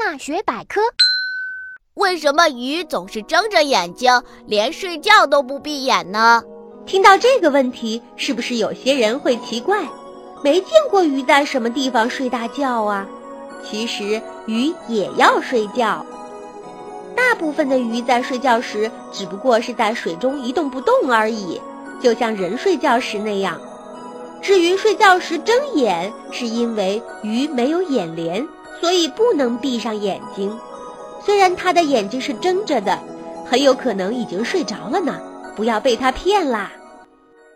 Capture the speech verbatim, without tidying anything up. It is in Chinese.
大学百科。 为什么鱼总是睁着眼睛，连睡觉都不闭眼呢？ 听到这个问题，是不是有些人会奇怪，没见过鱼在什么地方睡大觉啊？其实鱼也要睡觉，大部分的鱼在睡觉时只不过是在水中一动不动而已，就像人睡觉时那样。至于睡觉时睁眼，是因为鱼没有眼帘，所以不能闭上眼睛。虽然它的眼睛是睁着的，很有可能已经睡着了呢，不要被它骗啦。